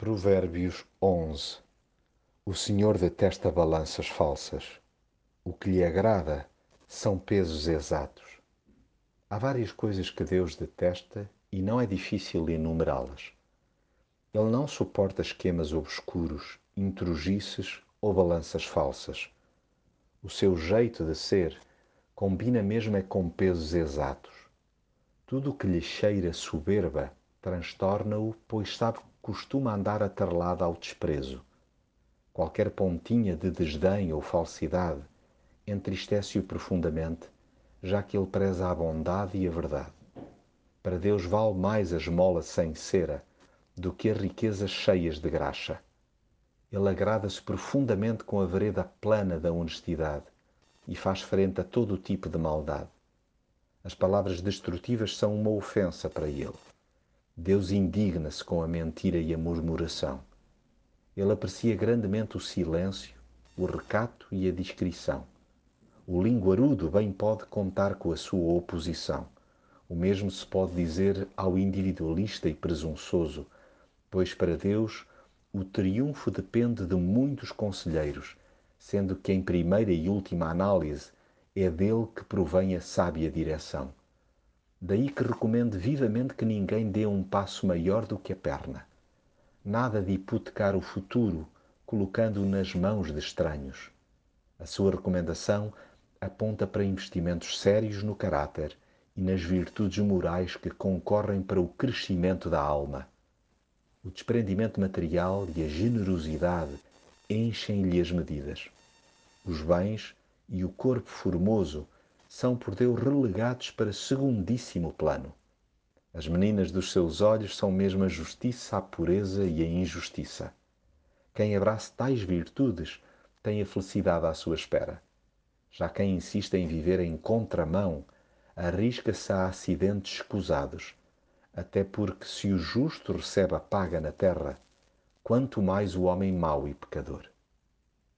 Provérbios 11. O Senhor detesta balanças falsas. O que lhe agrada são pesos exatos. Há várias coisas que Deus detesta e não é difícil enumerá-las. Ele não suporta esquemas obscuros, intrugices ou balanças falsas. O seu jeito de ser combina mesmo é com pesos exatos. Tudo o que lhe cheira soberba transtorna-o, pois sabe que costuma andar atrelado ao desprezo. Qualquer pontinha de desdém ou falsidade entristece-o profundamente, já que ele preza a bondade e a verdade. Para Deus vale mais a esmola sem cera do que as riquezas cheias de graxa. Ele agrada-se profundamente com a vereda plana da honestidade e faz frente a todo o tipo de maldade. As palavras destrutivas são uma ofensa para ele. Deus indigna-se com a mentira e a murmuração. Ele aprecia grandemente o silêncio, o recato e a discrição. O linguarudo bem pode contar com a sua oposição. O mesmo se pode dizer ao individualista e presunçoso, pois para Deus o triunfo depende de muitos conselheiros, sendo que em primeira e última análise é dele que provém a sábia direção. Daí que recomendo vivamente que ninguém dê um passo maior do que a perna. Nada de hipotecar o futuro, colocando-o nas mãos de estranhos. A sua recomendação aponta para investimentos sérios no caráter e nas virtudes morais que concorrem para o crescimento da alma. O desprendimento material e a generosidade enchem-lhe as medidas. Os bens e o corpo formoso são por Deus relegados para segundíssimo plano. As meninas dos seus olhos são mesmo a justiça, a pureza e a injustiça. Quem abraça tais virtudes tem a felicidade à sua espera. Já quem insiste em viver em contramão arrisca-se a acidentes escusados, até porque se o justo recebe a paga na terra, quanto mais o homem mau e pecador.